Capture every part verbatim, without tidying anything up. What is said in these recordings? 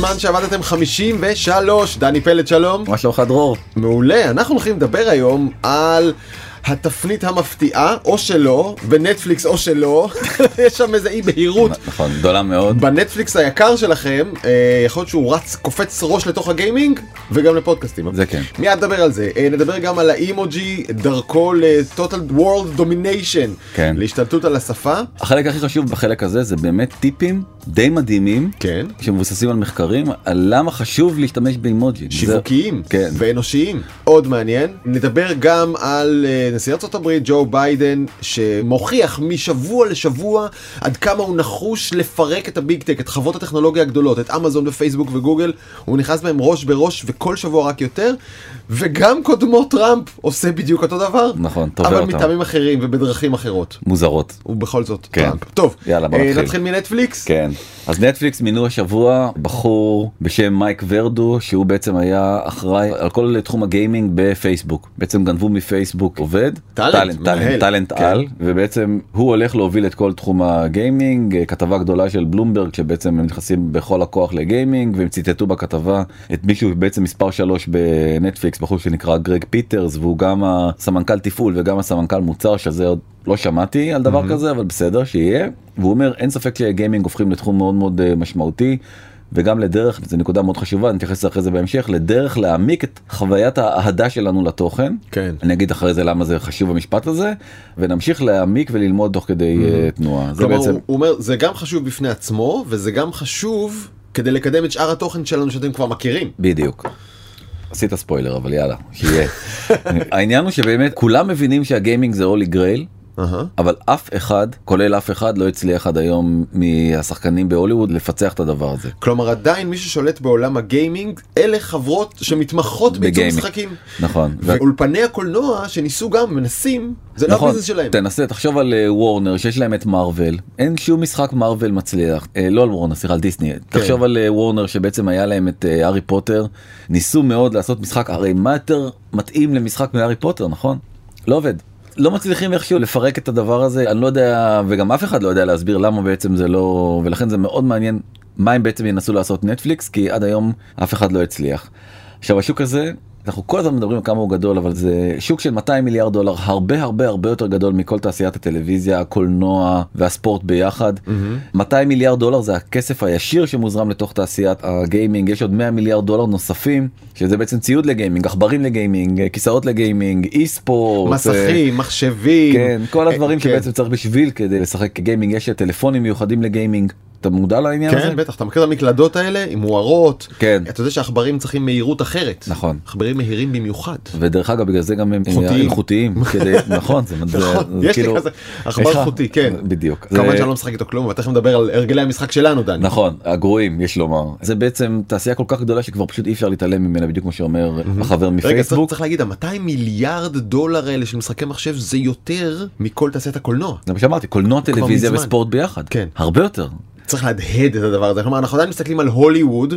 בזמן שעבדתם חמישים ושלוש. דני פלד, שלום. מה שלומך דרור? מעולה. אנחנו הולכים לדבר היום על התפנית המפתיעה, או שלא, בנטפליקס או שלא. יש שם איזה אי בהירות. נכון, גדולה מאוד. בנטפליקס היקר שלכם, יכול להיות שהוא רץ, קופץ ראש לתוך הגיימינג, וגם לפודקאסטים. זה כן. מיד נדבר על זה. נדבר גם על האימוג'י, דרכו ל-Total World Domination. כן. להשתלטות על השפה. החלק הכי חשוב בחלק הזה זה באמת טיפים די מדהימים. כן. שמבוססים על מחקרים, על למה חשוב להשתמש באימוג'י. שיווקיים. כן. ואנושיים. עוד מעניין. נדבר גם על נשיא ארצות הברית, ג'ו ביידן, שמוכיח משבוע לשבוע עד כמה הוא נחוש לפרק את הביג טק, את חברות הטכנולוגיה הגדולות, את אמזון ופייסבוק וגוגל. הוא נכנס בהם ראש בראש וכל שבוע רק יותר, וגם קודמו טראמפ עושה בדיוק אותו דבר. נכון, טובה אותם. אבל מטעמים אחרים ובדרכים אחרות. מוזרות. ובכל זאת כן. טראמפ. טוב, יאללה, בוא נתחיל. נתחיל מנטפליקס? כן. אז נטפליקס מינו השבוע בחור בשם מייק ורדו, שהוא בעצם היה אחראי על כל תחום הגיימינג בפייסבוק. בעצם גנבו מפייסבוק עובד. טלנט, טלנט, טלנט על, ובעצם הוא הולך להוביל את כל תחום הגיימינג. כתבה גדולה של בלומברג, שבעצם הם נכנסים בכל הכוח לגיימינג, והם ציטטו בכתבה את מישהו בעצם מספר שלוש בנטפליקס, בחור שנקרא גרג פיטרס, והוא גם הסמנכ"ל תפעול וגם הסמנכ"ל מוצר, שזה עוד לא שמעתי על דבר כזה, אבל בסדר, שיהיה. והוא אומר, אין ספק שגיימינג הופכים לתחום מאוד מאוד משמעותי, וגם לדרך, וזו נקודה מאוד חשובה, אני אתייחס אחרי זה בהמשך, לדרך להעמיק את חוויית האהדה שלנו לתוכן. כן. אני אגיד אחרי זה למה זה חשוב המשפט הזה, ונמשיך להעמיק וללמוד תוך כדי mm-hmm. תנועה. כלומר, בעצם... הוא אומר, זה גם חשוב בפני עצמו, וזה גם חשוב כדי לקדם את שאר התוכן שלנו שאתם כבר מכירים. בדיוק. עשית ספוילר, אבל יאללה, שיהיה. העניין הוא שבאמת כולם מבינים שהגיימינג זה הולי גרייל, Uh-huh. אבל אף אחד, כולל אף אחד, לא הצליח עד היום מהשחקנים בהוליווד לפצח את הדבר הזה. כלומר, עדיין מי ששולט בעולם הגיימינג, אלה חברות שמתמחות בעיצוב משחקים. נכון. ואולפני הקולנוע שניסו גם, מנסים, זה לא הביזנס שלהם. תנסה, תחשוב על וורנר, שיש להם את מרוול. אין שום משחק מרוול מצליח. לא על וורנר, סליחה, על דיסני. תחשוב על וורנר שבעצם היה להם את הארי פוטר. ניסו מאוד לעשות משחק, הרי מה יותר מתאים למשחק מהארי פוטר, נכון? לא עובד. לא מצליחים איכשהו לפרק את הדבר הזה, אני לא יודע, וגם אף אחד לא יודע להסביר למה בעצם זה לא, ולכן זה מאוד מעניין מה הם בעצם ינסו לעשות נטפליקס, כי עד היום אף אחד לא הצליח. עכשיו השוק הזה, אנחנו כל הזמן מדברים על כמה הוא גדול, אבל זה שוק של מאתיים מיליארד דולר, הרבה הרבה הרבה יותר גדול מכל תעשיית הטלוויזיה, הקולנוע והספורט ביחד. Mm-hmm. מאתיים מיליארד דולר זה הכסף הישיר שמוזרם לתוך תעשיית הגיימינג, יש עוד מאה מיליארד דולר נוספים, שזה בעצם ציוד לגיימינג, עכברים לגיימינג, כיסאות לגיימינג, אי ספורט. מסכים, מחשבים. כן, כל הדברים כן. שבעצם צריך בשביל כדי לשחק גיימינג, יש טלפונים מיוחדים לגיימינג. אתה מודע לעניין כן, הזה? כן, בטח. אתה מכיר את המקלדות האלה עם מוארות. כן. אתה יודע שהעכברים צריכים מהירות אחרת. נכון. עכברים מהירים במיוחד. ודרך אגב, בגלל זה גם הם איכותיים. כדי, נכון, זה נכון, יש לי כזה. עכבר חוטי, כן. בדיוק. כמובן שאני לא משחק איתו כלום, ותכף נדבר על הרגלי המשחק שלנו, דני. נכון, הגרועים, יש לומר. זה בעצם תעשייה כל כך גדולה שכבר פשוט אי אפשר להתעלם ממנה, בדיוק כמו שאומר החבר מפייסבוק. רגע, צריך להגיד, ה-מאתיים מיליארד דולר האלה של משחקי מחשב, זה יותר מכל תעשיית הקולנוע. זה מה שאמרתי, קולנוע, טלוויזיה וספורט ביחד. כן. הרבה יותר. צריך להדהד את הדבר הזה. כלומר, אנחנו עדיין מסתכלים על הוליווד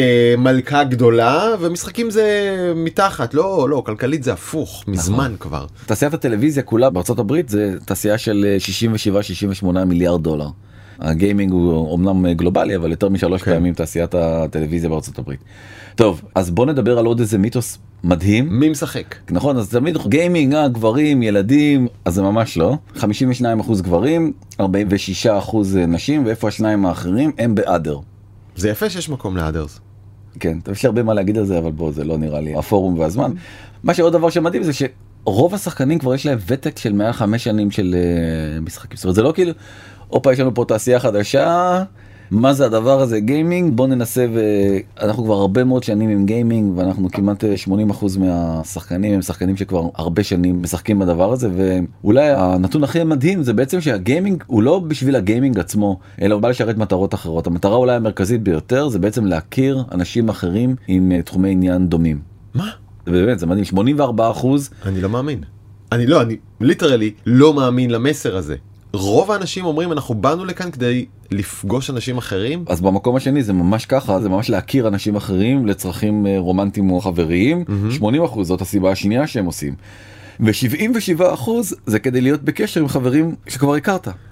כמלכה גדולה, ומשחקים זה מתחת. לא, לא, כלכלית זה הפוך, מזמן כבר. תעשיית הטלוויזיה כולה בארצות הברית זה תעשייה של שישים ושבע שישים ושמונה מיליארד דולר. הגיימינג הוא אומנם גלובלי, אבל יותר משלוש פעמים תעשיית הטלוויזיה בארצות הברית. טוב, אז בוא נדבר על עוד איזה מיתוס מדהים. מי משחק? נכון, אז תמיד גיימינג, גברים, ילדים, אז זה ממש לא. חמישים ושניים אחוז גברים, ארבעים ושישה אחוז נשים, ואיפה השניים האחרים? הם באדר. זה יפה שיש מקום לאדרס. כן, יש הרבה מה להגיד על זה, אבל בוא, זה לא נראה לי הפורום והזמן. מה שעוד דבר שמדהים זה שרוב השחקנים כבר יש להם ותק של מעל חמש שנים של uh, משחקים. זאת אומרת, זה לא כאילו, אופה, יש לנו פה תעשייה חדשה, מה זה הדבר הזה? גיימינג, בוא ננסה, ואנחנו כבר הרבה מאוד שנים עם גיימינג, ואנחנו כמעט שמונים אחוז מהשחקנים הם שחקנים שכבר הרבה שנים משחקים בדבר הזה, ואולי הנתון הכי מדהים זה בעצם שהגיימינג הוא לא בשביל הגיימינג עצמו, אלא הוא בא לשרת מטרות אחרות. המטרה אולי המרכזית ביותר זה בעצם להכיר אנשים אחרים עם תחומי עניין דומים. מה? זה באמת, זה מדהים, שמונים וארבעה אחוז. אני לא מאמין. אני לא, אני ליטרלי לא מאמין למסר הזה. רוב האנשים אומרים אנחנו באנו לכאן כדי לפגוש אנשים אחרים. אז במקום השני זה ממש ככה, זה ממש להכיר אנשים אחרים לצרכים רומנטיים או חבריים. mm-hmm. שמונים אחוז זאת הסיבה השנייה שהם עושים. ו-שבעים ושבעה אחוז זה כדי להיות בקשר עם חברים שכבר הכרת.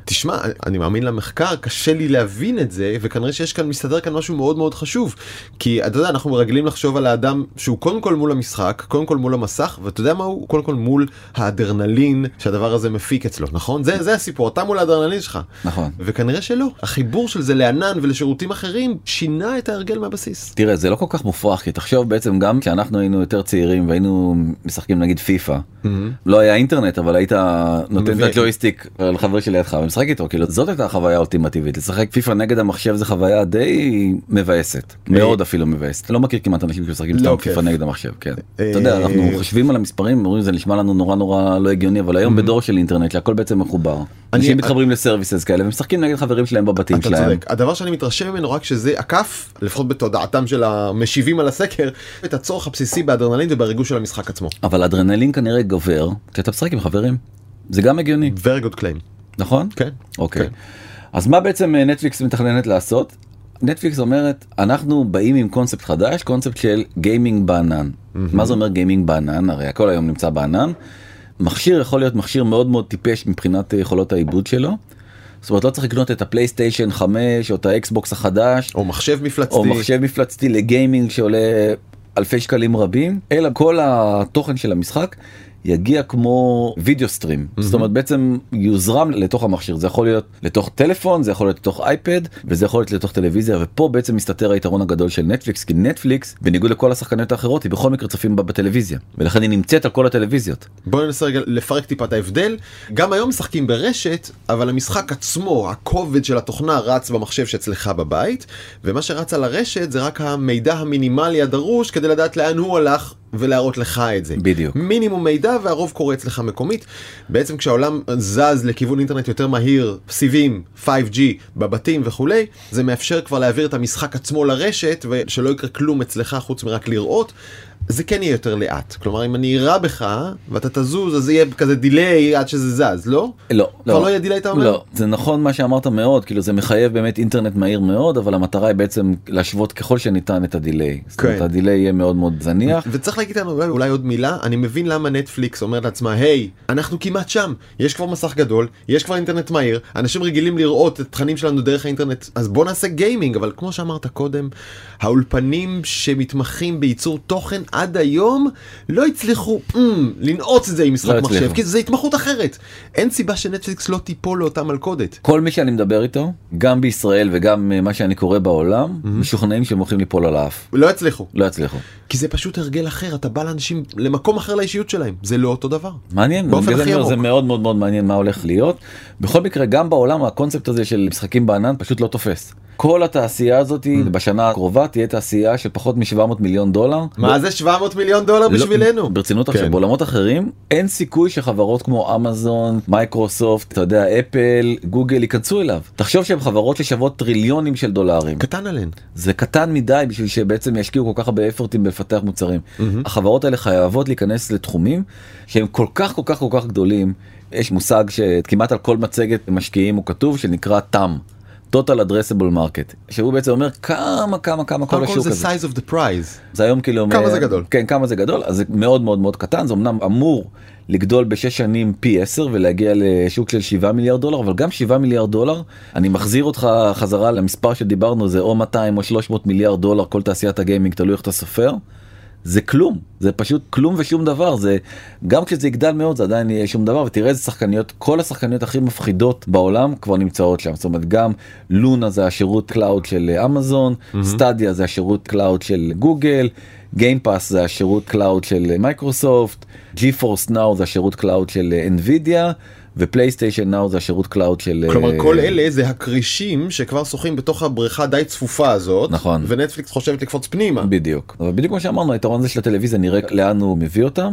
תשמע, אני מאמין למחקר, קשה לי להבין את זה, וכנראה שיש כאן, מסתדר כאן משהו מאוד מאוד חשוב. כי אתה יודע, אנחנו מרגלים לחשוב על האדם שהוא קודם כל מול המשחק, קודם כל מול המסך, ואתה יודע מה הוא? קודם כל מול האדרנלין שהדבר הזה מפיק אצלו, נכון? זה, זה הסיפור, אתה מול האדרנלין שלך. נכון. וכנראה שלא. החיבור של זה לענן ולשירותים אחרים שינה את ההרגל מהבסיס. תראה, זה לא כל כך מופרך, כי תחשוב בעצם גם כשאנחנו היינו יותר צעירים והיינו משחקים נגיד פיפה, mm-hmm. לא היה אינטרנט, אבל היית נותן את הג'ויסטיק לחבר שלידך ומשחק איתו, כאילו זאת הייתה החוויה האולטימטיבית. לשחק פיפה נגד המחשב זה חוויה די מבאסת, מאוד אפילו מבאסת. לא מכיר כמעט אנשים שמשחקים סתם פיפה נגד המחשב, כן. אתה יודע, אנחנו חושבים על המספרים, אומרים זה נשמע לנו נורא נורא לא הגיוני, אבל היום בדור של אינטרנט שהכל בעצם מחובר. אנשים מתחברים לסרוויסס כאלה ומשחקים נגד חברים שלהם בבתים שלהם. אתה צודק. הדבר שאני מתרשם ממנו רק שזה עקף, לפחות בתודעתם של המשיבים על הסקר, את הצורך הבסיסי באדרנלין ובריגוש של המשחק עצמו. אבל אדרנלין כנראה גובר כשאתה משחק עם חברים. זה גם הגיוני. Very good claim. נכון? כן. אוקיי. אז מה בעצם נטפליקס מתכננת לעשות? נטפליקס אומרת, אנחנו באים עם קונספט חדש, קונספט של גיימינג בענן. מה זה אומר גיימינג בענן? הרי הכל היום נמצא בענן. מכשיר יכול להיות מכשיר מאוד מאוד טיפש מבחינת יכולות העיבוד שלו. זאת אומרת, לא צריך לקנות את הפלייסטיישן חמש או את האקסבוקס החדש. או מחשב מפלצתי. או מחשב מפלצתי לגיימינג שעולה אלפי שקלים רבים, אלא כל התוכן של המשחק יגיע כמו וידאו סטרים. Mm-hmm. זאת אומרת, בעצם יוזרם לתוך המכשיר. זה יכול להיות לתוך טלפון, זה יכול להיות לתוך אייפד, וזה יכול להיות לתוך טלוויזיה, ופה בעצם מסתתר היתרון הגדול של נטפליקס, כי נטפליקס, בניגוד לכל השחקניות האחרות, היא בכל מקרה צופים בה בטלוויזיה, ולכן היא נמצאת על כל הטלוויזיות. בואו ננסה רגע לפרק טיפה את ההבדל. גם היום משחקים ברשת, אבל המשחק עצמו, הכובד של התוכנה רץ במחשב שאצלך בבית, ומה שרץ על הרשת זה רק המידע המינימלי הדרוש כדי לדעת לאן הוא הלך ולהראות לך את זה. בדיוק. מינימום מידע והרוב קורה אצלך מקומית. בעצם כשהעולם זז לכיוון אינטרנט יותר מהיר, סיבים, פייב ג'י בבתים וכולי, זה מאפשר כבר להעביר את המשחק עצמו לרשת ושלא יקרה כלום אצלך חוץ מרק לראות. זה כן יהיה יותר לאט. כלומר, אם אני אירה בך ואתה תזוז, אז זה יהיה כזה דיליי עד שזה זז, לא? לא. כבר לא יהיה דיליי, אתה אומר? לא. זה נכון מה שאמרת מאוד, כאילו זה מחייב באמת אינטרנט מהיר מאוד, אבל המטרה היא בעצם להשוות ככל שניתן את הדיליי. זאת אומרת, הדיליי יהיה מאוד מאוד זניח. וצריך להגיד לנו אולי עוד מילה, אני מבין למה נטפליקס אומרת לעצמה, היי, אנחנו כמעט שם, יש כבר מסך גדול, יש כבר אינטרנט מהיר, אנשים רגילים לראות את תכנים שלנו דרך האינטרנט, אז בוא נעשה גיימינג, אבל כמו שאמרת קודם, האולפנים שמתמחים בייצור תוכן עד היום לא הצליחו mm, לנעוץ את זה עם משחק לא מחשב, הצליחו. כי זה התמחות אחרת. אין סיבה שנטפליקס לא טיפול לאותה מלכודת. כל מי שאני מדבר איתו, גם בישראל וגם מה שאני קורא בעולם, mm-hmm. משוכנעים שהם הולכים ליפול על האף. לא הצליחו. לא הצליחו. כי זה פשוט הרגל אחר, אתה בא לאנשים למקום אחר לאישיות שלהם. זה לא אותו דבר. מעניין, זה מאוד מאוד מאוד מעניין מה הולך להיות. בכל מקרה, גם בעולם הקונספט הזה של משחקים בענן פשוט לא תופס. כל התעשייה הזאת mm. בשנה הקרובה תהיה תעשייה של פחות מ-שבע מאות מיליון דולר. מה זה שבע מאות מיליון דולר בשבילנו? לא, ברצינות עכשיו, כן. בעולמות אחרים אין סיכוי שחברות כמו אמזון, מייקרוסופט, אתה יודע, אפל, גוגל ייכנסו אליו. תחשוב שהן חברות ששוות טריליונים של דולרים. קטן עליהן. זה קטן מדי בשביל שבעצם ישקיעו כל כך הרבה אפורטים בפתח מוצרים. Mm-hmm. החברות האלה חייבות להיכנס לתחומים שהם כל כך כל כך כל כך גדולים. יש מושג שכמעט על כל מצגת משקיעים הוא כתוב שנקרא טאם. total addressable market, שהוא בעצם אומר כמה כמה כמה כל השוק הזה. זה size of the prize. זה היום כאילו... כמה זה גדול. כן, כמה זה גדול, אז זה מאוד מאוד מאוד קטן, זה אמנם אמור לגדול בשש שנים פי עשר ולהגיע לשוק של שבעה מיליארד דולר, אבל גם שבעה מיליארד דולר, אני מחזיר אותך חזרה למספר שדיברנו, זה או מאתיים או שלוש מאות מיליארד דולר כל תעשיית הגיימינג, תלוי איך אתה סופר. זה כלום, זה פשוט כלום ושום דבר, זה גם כשזה יגדל מאוד זה עדיין יהיה שום דבר, ותראה איזה שחקניות, כל השחקניות הכי מפחידות בעולם כבר נמצאות שם, זאת אומרת גם לונה זה השירות קלאוד של אמזון, סטדיה זה השירות קלאוד של גוגל, גיימפאס זה השירות קלאוד של מייקרוסופט, GeForce Now זה השירות קלאוד של NVIDIA, ופלייסטיישן נאו זה השירות קלאוד של... כלומר כל אלה זה הקרישים שכבר שוחים בתוך הבריכה די צפופה הזאת. נכון. ונטפליקס חושבת לקפוץ פנימה. בדיוק. אבל בדיוק כמו שאמרנו, היתרון הזה של הטלוויזיה נראה לאן הוא מביא אותם.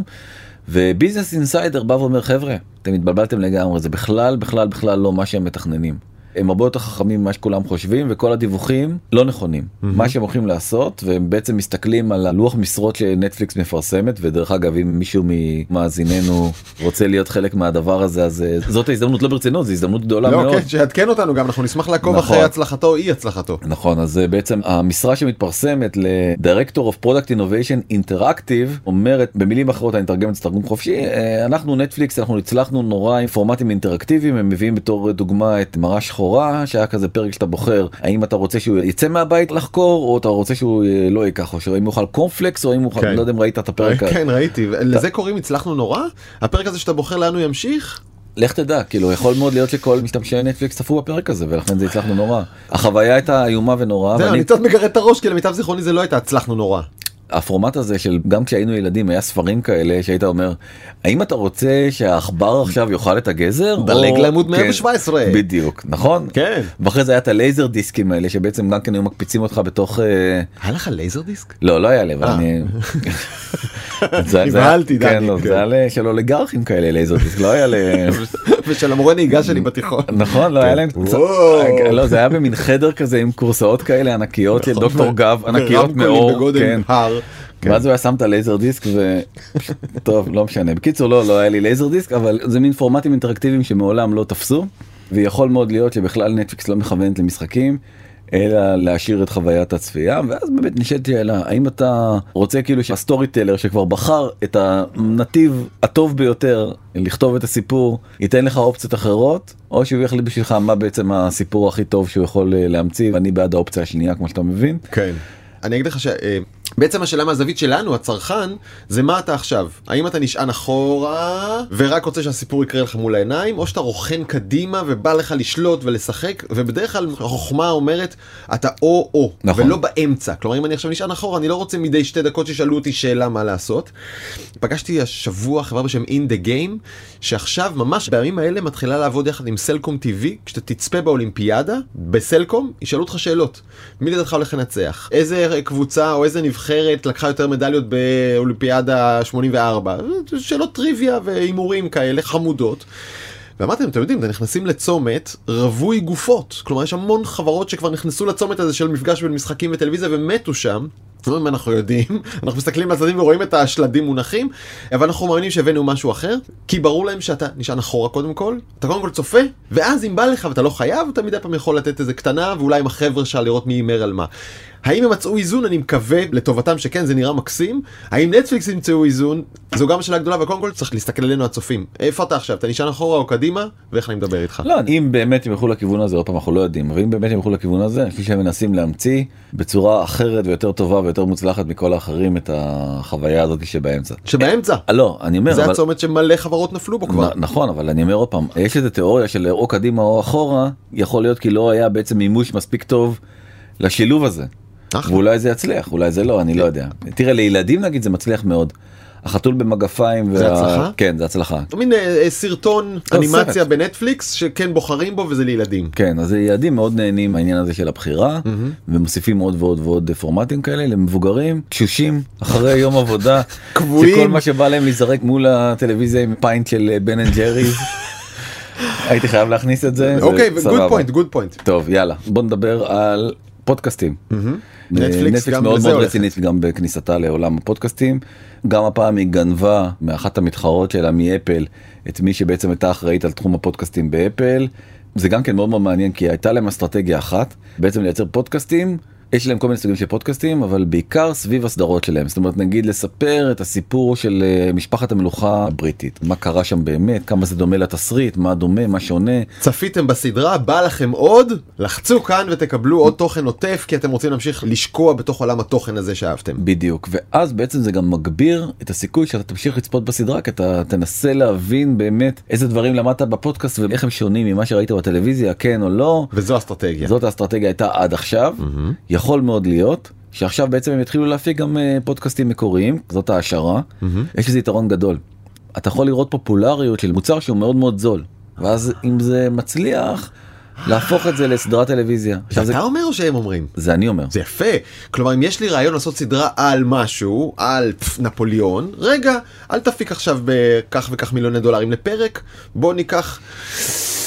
וביזנס אינסיידר בא ואומר, חבר'ה, אתם התבלבלתם לגמרי, זה בכלל בכלל בכלל לא מה שהם מתכננים. הם הרבה יותר חכמים ממה שכולם חושבים, וכל הדיווחים לא נכונים. Mm-hmm. מה שהם הולכים לעשות, והם בעצם מסתכלים על הלוח משרות שנטפליקס מפרסמת, ודרך אגב, אם מישהו ממאזיננו רוצה להיות חלק מהדבר הזה, אז זאת ההזדמנות, לא ברצינות, זו הזדמנות גדולה לא, מאוד. כן, שיעדכן אותנו גם, אנחנו נשמח לעקוב נכון. אחרי הצלחתו או אי הצלחתו. נכון, אז בעצם המשרה שמתפרסמת ל-Director of Product Innovation Interactive, אומרת, במילים אחרות, אני אתרגם את זה תרגום חופשי, אנחנו נטפליקס, אנחנו הצלחנו נורא עם פורמטים אינטראקטיביים, הם מביאים בתור דוגמה את מראה שחורה, שהיה כזה פרק שאתה בוחר, האם אתה רוצה שהוא יצא מהבית לחקור, או אתה רוצה שהוא לא ייקח, או שאם הוא יאכל קורנפלקס, או אם הוא יאכל, לא יודע אם ראית את הפרק. כן, ראיתי. לזה קוראים הצלחנו נורא? הפרק הזה שאתה בוחר לאן הוא ימשיך? לך תדע, כאילו יכול מאוד להיות שכל משתמשי נטפליקס צפו בפרק הזה, ולכן זה הצלחנו נורא. החוויה הייתה איומה ונורא. זהו, אני קצת מגרד את הראש, כי למיטב זיכרוני זה לא הייתה הצלחנו נורא. הפורמט הזה של גם כשהיינו ילדים היה ספרים כאלה שהיית אומר האם אתה רוצה שהעכבר עכשיו יאכל את הגזר? דלג לעמוד מאה שבע עשרה. בדיוק, נכון? כן. ואחרי זה היה את הלייזר דיסקים האלה שבעצם גם כן היו מקפיצים אותך בתוך... היה לך לייזר דיסק? לא, לא היה לי, אבל אני... נבהלתי, דני. כן, זה היה של אוליגרכים כאלה לייזר דיסק, לא היה ל... ושל המורה נהיגה שלי בתיכון. נכון, לא היה להם... לא, זה היה במין חדר כזה עם קורסאות כאלה ענקיות של דוקטור גב, ענקיות מאור. ואז הוא היה שם את הלייזר דיסק ו... טוב, לא משנה. בקיצור, לא, לא היה לי לייזר דיסק, אבל זה מין פורמטים אינטראקטיביים שמעולם לא תפסו, ויכול מאוד להיות שבכלל נטפליקס לא מכוונת למשחקים, אלא להשאיר את חוויית הצפייה, ואז באמת נשאלת שאלה, האם אתה רוצה כאילו שהסטורי טלר שכבר בחר את הנתיב הטוב ביותר לכתוב את הסיפור, ייתן לך אופציות אחרות, או שהוא יחליט בשבילך מה בעצם הסיפור הכי טוב שהוא יכול להמציא, ואני בעד האופציה השנייה, כמו שאתה מבין. כן. אני אגיד לך שבעצם השאלה מהזווית שלנו, הצרכן, זה מה אתה עכשיו? האם אתה נשען אחורה ורק רוצה שהסיפור יקרה לך מול העיניים, או שאתה רוכן קדימה ובא לך לשלוט ולשחק, ובדרך כלל החוכמה אומרת, אתה או-או, נכון. ולא באמצע. כלומר, אם אני עכשיו נשען אחורה, אני לא רוצה מדי שתי דקות ששאלו אותי שאלה מה לעשות. פגשתי השבוע חברה בשם In The Game, שעכשיו ממש בימים האלה מתחילה לעבוד יחד עם סלקום טי וי, כשאתה תצפה באולימפיאדה, בסלקום, ישאלו אותך שאלות. מי לדעתך הולך לנצח? איזה קבוצה או איזה נבחרת לקחה יותר מדליות באולימפיאדה שמונים וארבע? שאלות טריוויה ואימורים כאלה חמודות. ואמרתם, אתם יודעים, אתם נכנסים לצומת רווי גופות. כלומר, יש המון חברות שכבר נכנסו לצומת הזה של מפגש בין משחקים וטלוויזיה ומתו שם. לא אם אנחנו יודעים, אנחנו מסתכלים לצדדים ורואים את השלדים מונחים, אבל אנחנו מאמינים שהבאנו משהו אחר, כי ברור להם שאתה נשען אחורה קודם כל, אתה קודם כל צופה, ואז אם בא לך ואתה לא חייב, אתה מדי פעם יכול לתת איזה קטנה, ואולי עם החבר'ה שלה לראות מי יימר על מה. האם הם מצאו איזון? אני מקווה לטובתם שכן, זה נראה מקסים. האם נטפליקס ימצאו איזון? זו גם השאלה גדולה, וקודם כל צריך להסתכל עלינו הצופים. איפה אתה עכשיו? אתה נשען אחורה או קדימה? ואיך אני מדבר איתך? לא, אם באמת הם ילכו לכיוון הזה, עוד פעם אנחנו לא יודעים, אבל אם באמת הם ילכו לכיוון הזה, אני חושב שהם מנסים להמציא בצורה אחרת ויותר טובה ויותר מוצלחת מכל האחרים את החוויה הזאת שבאמצע. שבאמצע? לא, אני אומר... זה הצומת שמלא חברות נפלו בו כבר. נכון, אבל אני אומר עוד פעם, יש איזו תיאוריה של או קדימה או אחורה, יכול להיות כי לא היה בעצם מימוש מספיק טוב לשילוב הזה. ואולי זה יצליח, אולי זה לא, אני לא יודע. תראה, לילדים נגיד זה מצליח מאוד. החתול במגפיים. זה הצלחה? כן, זה הצלחה. מין סרטון אנימציה בנטפליקס שכן בוחרים בו וזה לילדים. כן, אז ילדים מאוד נהנים מהעניין הזה של הבחירה, ומוסיפים עוד ועוד ועוד פורמטים כאלה למבוגרים, תשושים, אחרי יום עבודה, קבועים. שכל מה שבא להם להיזרק מול הטלוויזיה עם פיינט של בן אנד ג'ריז. הייתי חייב להכניס את זה. אוקיי, גוד פוינט, גוד פוינט. טוב, יאללה, בוא נדבר על פודקאסטים. נטפליקס גם מאוד בזה מאוד הולכת. רצינית גם בכניסתה לעולם הפודקאסטים. גם הפעם היא גנבה מאחת המתחרות שלה מאפל את מי שבעצם הייתה אחראית על תחום הפודקאסטים באפל. זה גם כן מאוד מאוד מעניין כי הייתה להם אסטרטגיה אחת, בעצם לייצר פודקאסטים. יש להם כל מיני סוגים של פודקאסטים, אבל בעיקר סביב הסדרות שלהם. זאת אומרת, נגיד לספר את הסיפור של משפחת המלוכה הבריטית. מה קרה שם באמת, כמה זה דומה לתסריט, מה דומה, מה שונה. צפיתם בסדרה, בא לכם עוד, לחצו כאן ותקבלו עוד תוכן עוטף, כי אתם רוצים להמשיך לשקוע בתוך עולם התוכן הזה שאהבתם. בדיוק, ואז בעצם זה גם מגביר את הסיכוי שאתה תמשיך לצפות בסדרה, כי אתה תנסה להבין באמת איזה דברים למדת בפודקאסט, ואיך הם שונים ממה שראית בטלוויזיה, כן או לא. וזו האסטרטגיה. זאת האסטרטגיה הייתה עד עכשיו. Mm-hmm. יכול מאוד להיות שעכשיו בעצם הם יתחילו להפיק גם פודקאסטים מקוריים, זאת ההשערה. Mm-hmm. יש איזה יתרון גדול. אתה יכול לראות פופולריות של מוצר שהוא מאוד מאוד זול, ואז אם זה מצליח להפוך את זה לסדרת טלוויזיה. זה אתה זה... אומר או שהם אומרים? זה אני אומר. זה יפה. כלומר, אם יש לי רעיון לעשות סדרה על משהו, על פף, נפוליאון, רגע, אל תפיק עכשיו בכך וכך מיליוני דולרים לפרק, בוא ניקח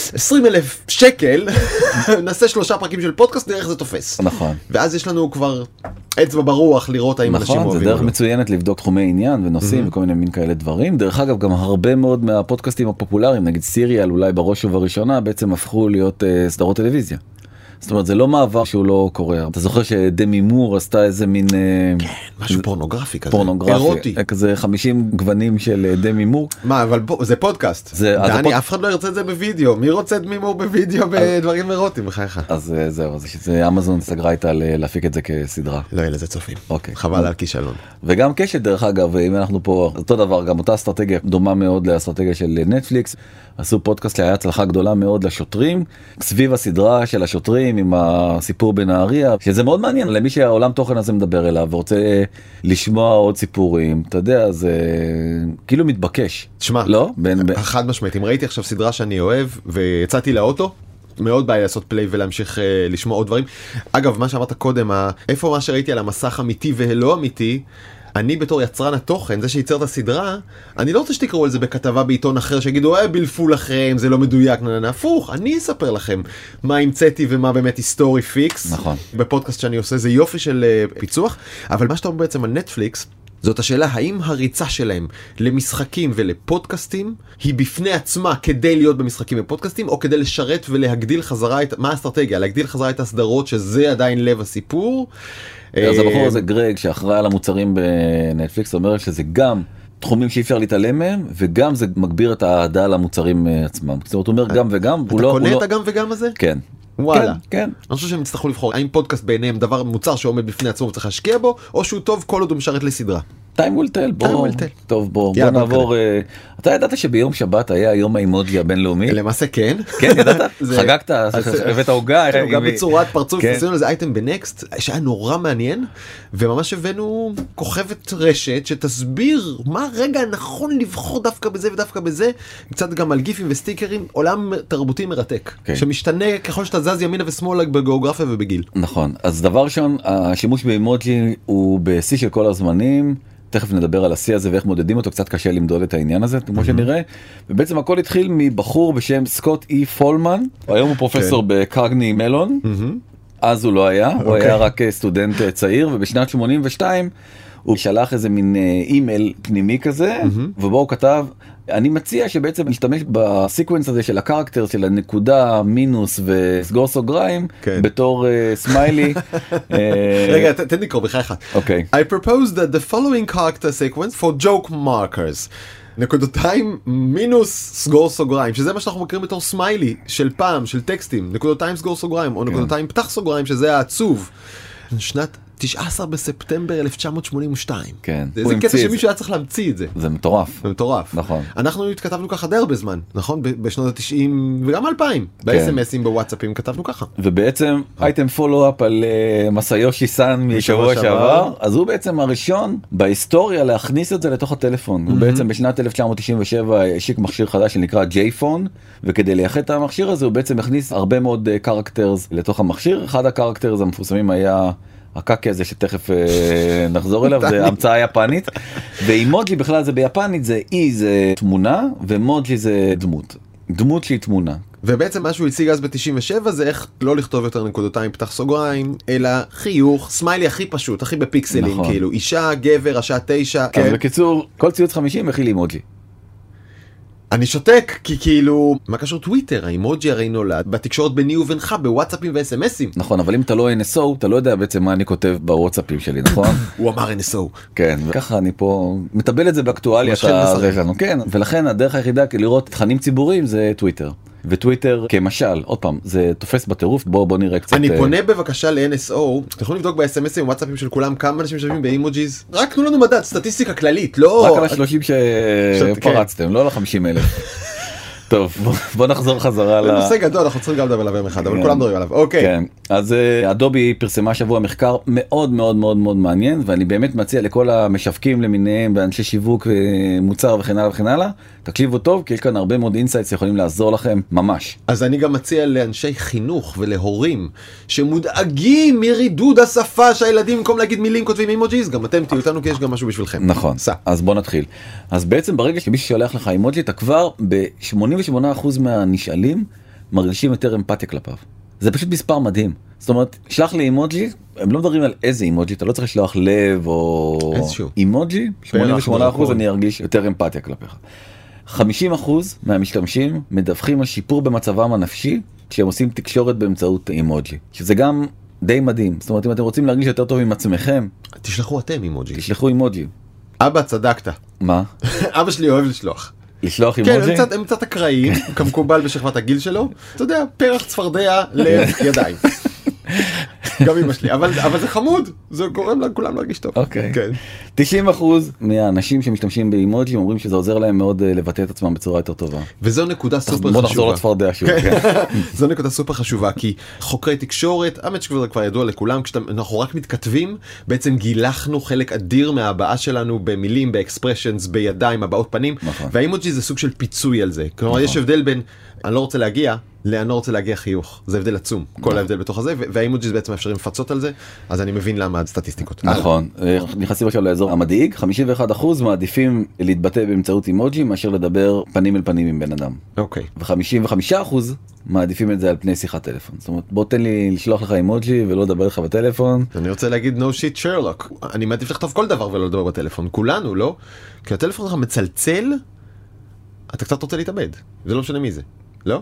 עשרים אלף שקל, נעשה שלושה פרקים של פודקאסט, נראה איך זה תופס. נכון. ואז יש לנו כבר אצבע ברוח לראות האם אנשים אוהבים. נכון, זה דרך מצוינת לבדוק תחומי עניין ונושאים וכל מיני מין כאלה דברים. דרך אגב, גם הרבה מאוד מהפודקאסטים הפופולריים, נגיד סיריאל, אולי בראש ובראשונה, בעצם הפכו להיות uh, סדרות טלוויזיה. זאת אומרת, זה לא מעבר שהוא לא קורה. אתה זוכר שדמי מור עשתה איזה מין... כן, משהו פורנוגרפי כזה. פורנוגרפי. אירוטי. כזה חמישים גוונים של דמי מור. מה, אבל זה פודקאסט. דני, אף אחד לא ירצה את זה בווידאו. מי רוצה דמי מור בווידאו בדברים אירוטיים, בחייך? אז זהו, אז אמזון סגרה איתה להפיק את זה כסדרה. לא, אלה זה צופים. אוקיי. חבל על כישלון. וגם קשת, דרך אגב, אם אנחנו פה, אותו דבר, גם אותה אסטרטגיה דומה מאוד לאסטרטגיה של נטפליקס. עשו פודקאסט שהיה הצלחה גדולה מאוד לשוטרים, סביב הסדרה של השוטרים עם הסיפור בנהריה, שזה מאוד מעניין למי שהעולם תוכן הזה מדבר אליו ורוצה לשמוע עוד סיפורים, אתה יודע, זה כאילו מתבקש. תשמע, לא? חד משמעית, אם ראיתי עכשיו סדרה שאני אוהב ויצאתי לאוטו, מאוד בעיה לעשות פליי ולהמשיך uh, לשמוע עוד דברים. אגב, מה שאמרת קודם, איפה מה שראיתי על המסך אמיתי ולא אמיתי, אני בתור יצרן התוכן, זה שייצר את הסדרה, אני לא רוצה שתקראו על זה בכתבה בעיתון אחר, שיגידו, אה, בלפו לכם, זה לא מדויק, ננה, הפוך, אני אספר לכם מה המצאתי ומה באמת היסטורי פיקס. נכון. בפודקאסט שאני עושה, זה יופי של uh, פיצוח, אבל מה שאתה אומר בעצם על נטפליקס, זאת השאלה, האם הריצה שלהם למשחקים ולפודקאסטים היא בפני עצמה כדי להיות במשחקים ופודקאסטים, או כדי לשרת ולהגדיל חזרה את, מה האסטרטגיה? להגדיל חזרה את הסדרות, שזה עדיין לב הסיפור. אז הבחור הזה, גרג, שאחראי על המוצרים בנטפליקס, אומר שזה גם תחומים שאי אפשר להתעלם מהם, וגם זה מגביר את האהדה למוצרים עצמם. זאת אומרת, הוא אומר גם וגם. אתה קונה את הגם וגם הזה? כן. וואלה. כן. אני חושב שהם יצטרכו לבחור, האם פודקאסט בעיניהם דבר מוצר שעומד בפני עצמו וצריך להשקיע בו, או שהוא טוב כל עוד הוא משרת לסדרה. time will tell. בוא, טוב, בוא, בוא נעבור. אתה ידעת שביום שבת היה יום האימוג'י הבינלאומי? למעשה כן. כן, ידעת? חגגת, הבאת עוגה. גם בצורת פרצוף, עשינו לזה אייטם בנקסט, שהיה נורא מעניין, וממש הבאנו כוכבת רשת שתסביר מה הרגע הנכון לבחור דווקא בזה ודווקא בזה, קצת גם על גיפים וסטיקרים, עולם תרבותי מרתק, שמשתנה ככל שאתה זז ימינה ושמאלה בגיאוגרפיה ובגיל. נכון, אז דבר ראשון, השימוש באימוג'י הוא בשיא של כל הזמנים, תכף נדבר על השיא הזה ואיך מודדים אותו, קצת קשה למדוד את העניין הזה, כמו שנראה, ובעצם הכל התחיל מבחור בשם סקוט אי פולמן, היום הוא פרופסור בקרגני מלון, אז הוא לא היה, הוא היה רק סטודנט צעיר, ובשנת שמונים ושתיים הוא שלח איזה מין אימייל פנימי כזה, ובו הוא כתב, אני מציע שבעצם נשתמש בסיקוונס הזה של הקרקטר של הנקודה מינוס וסגור סוגריים בתור סמיילי. רגע, תן לקרוא בחייך. אוקיי. I propose that the following character sequence for joke markers. נקודותיים מינוס סגור סוגריים, שזה מה שאנחנו מכירים בתור סמיילי של פעם, של טקסטים. נקודותיים סגור סוגריים, או נקודותיים פתח סוגריים, שזה העצוב. שנת תשעה עשר בספטמבר אלף תשע מאות שמונים ושתיים. כן. זה קטע שמישהו היה צריך להמציא את זה. זה מטורף. זה מטורף. נכון. אנחנו התכתבנו ככה די הרבה זמן, נכון? בשנות ה-תשעים וגם אלפיים. ב-אס אם אסים, בוואטסאפים כתבנו ככה. ובעצם אייטם פולו-אפ על מסיושי סן משבוע שעבר, אז הוא בעצם הראשון בהיסטוריה להכניס את זה לתוך הטלפון. הוא בעצם בשנת אלף תשע מאות תשעים ושבע השיק מכשיר חדש שנקרא ג'יי-פון, וכדי לייחד את המכשיר הזה הוא בעצם הכניס הרבה מאוד קרקטרס לתוך המכשיר. אחד הקרקטרס המפורסמים היה הקאקי הזה שתכף אה, נחזור אליו, זה המצאה יפנית, ואימוג'י בכלל זה ביפנית, זה אי זה תמונה, ומוג'י זה דמות. דמות שהיא תמונה. ובעצם מה שהוא הציג אז ב-תשעים ושבע זה איך לא לכתוב יותר נקודותיים פתח סוגריים, אלא חיוך, סמיילי הכי פשוט, הכי בפיקסלים, נכון. כאילו אישה, גבר, השעה תשע. אז כן. בקיצור, כל ציוץ חמישים מכיל אימוג'י. אני שותק, כי כאילו, מה קשור טוויטר? האימוג'י הרי נולד בתקשורת ביני ובינך, בוואטסאפים ו-אס אם אסים. נכון, אבל אם אתה לא אן אס או, אתה לא יודע בעצם מה אני כותב בוואטסאפים שלי, נכון? הוא אמר אן אס או. כן, וככה אני פה מטבל את זה באקטואליה שלנו, כן, ולכן הדרך היחידה לראות תכנים ציבוריים זה טוויטר. וטוויטר כמשל, עוד פעם, זה תופס בטירוף, בוא בוא נראה קצת. אני פונה בבקשה ל-אן אס או, אתם יכולים לבדוק ב-אס אם אסים וואטסאפים של כולם, כמה אנשים משתמשים באימוג'יז? רק תנו לנו מדד, סטטיסטיקה כללית, לא... רק על ה-שלושים שפרצתם, לא על ה-חמישים אלף. טוב, בוא נחזור חזרה. זה נושא גדול, אנחנו צריכים גם לדבר עליו יום אחד, אבל כולם מדברים עליו. אוקיי. כן, אז אדובי פרסמה שבוע מחקר מאוד מאוד מאוד מאוד מעניין, ואני באמת מציע לכל המשווקים למיניהם, ואנשי שיווק מוצר וכן הלאה וכן הלאה, תקשיבו טוב, כי יש כאן הרבה מאוד אינסייטס שיכולים לעזור לכם ממש. אז אני גם מציע לאנשי חינוך ולהורים שמודאגים מרידוד השפה שהילדים במקום להגיד מילים כותבים אימוג'יז, גם אתם תהיו איתנו כי יש גם משהו בשבילכם. נכון. סע. אז בוא נתחיל. אז בעצם ברגע שמישהו שולח לך אימוג'י, אתה כבר ב-שמונים ושמונה אחוז מהנשאלים מרגישים יותר אמפתיה כלפיו. זה פשוט מספר מדהים. זאת אומרת, שלח לי אימוג'י, הם לא מדברים על איזה אימוג'י, אתה לא צריך לשלוח לב או איזשהו. אימוג'י, שמונים ושמונה אחוז אני ארגיש יותר אמפתיה כלפיך. חמישים אחוז מהמשתמשים מדווחים על שיפור במצבם הנפשי, כשהם עושים תקשורת באמצעות אימוג'י. שזה גם די מדהים. זאת אומרת, אם אתם רוצים להרגיש יותר טוב עם עצמכם, תשלחו אתם אימוג'י. תשלחו אימוג'י. אבא, צדקת. מה? אבא שלי אוהב לשלוח. לשלוח אימוג'י? כן, הם קצת אקראיים, כמקובל בשכבת הגיל שלו. אתה יודע, פרח צפרדע לידיים. גם אמא שלי, אבל, אבל זה חמוד, זה גורם לכולם להרגיש טוב. אוקיי. כן. תשעים אחוז מהאנשים שמשתמשים באימוג'י אומרים שזה עוזר להם מאוד לבטא את עצמם בצורה יותר טובה. וזו נקודה סופר חשובה. בוא נחזור לצפרדע שוב. זו נקודה סופר חשובה, כי חוקרי תקשורת, האמת שכבר כבר ידוע לכולם, כשאנחנו רק מתכתבים, בעצם גילחנו חלק אדיר מההבעה שלנו במילים, באקספרשנס, בידיים, הבעות פנים, והאימוג'י זה סוג של פיצוי על זה. כלומר, יש הבדל בין, אני לא רוצה להגיע, לאן לא רוצה להגיע חיוך. זה הבדל עצום, כל ההבדל בתוך הזה, והאימוג'יז בעצם אפשרים לפצות על זה, אז אני מבין למה הסטטיסטיקות. נכון, נכנסים עכשיו לאזור המדאיג, חמישים ואחד אחוז מעדיפים להתבטא באמצעות אימוג'י, מאשר לדבר פנים אל פנים עם בן אדם. אוקיי. ו-חמישים וחמישה אחוז מעדיפים את זה על פני שיחת טלפון. זאת אומרת, בוא תן לי לשלוח לך אימוג'י ולא לדבר לך בטלפון. אני רוצה להגיד no shit Sherlock. אני מעדיף לכתוב כל דבר ולא לדבר בטלפון. כולנו, לא? כי הטלפון שלך מצלצל, אתה קצת רוצה להתאבד. זה לא משנה מי זה. לא?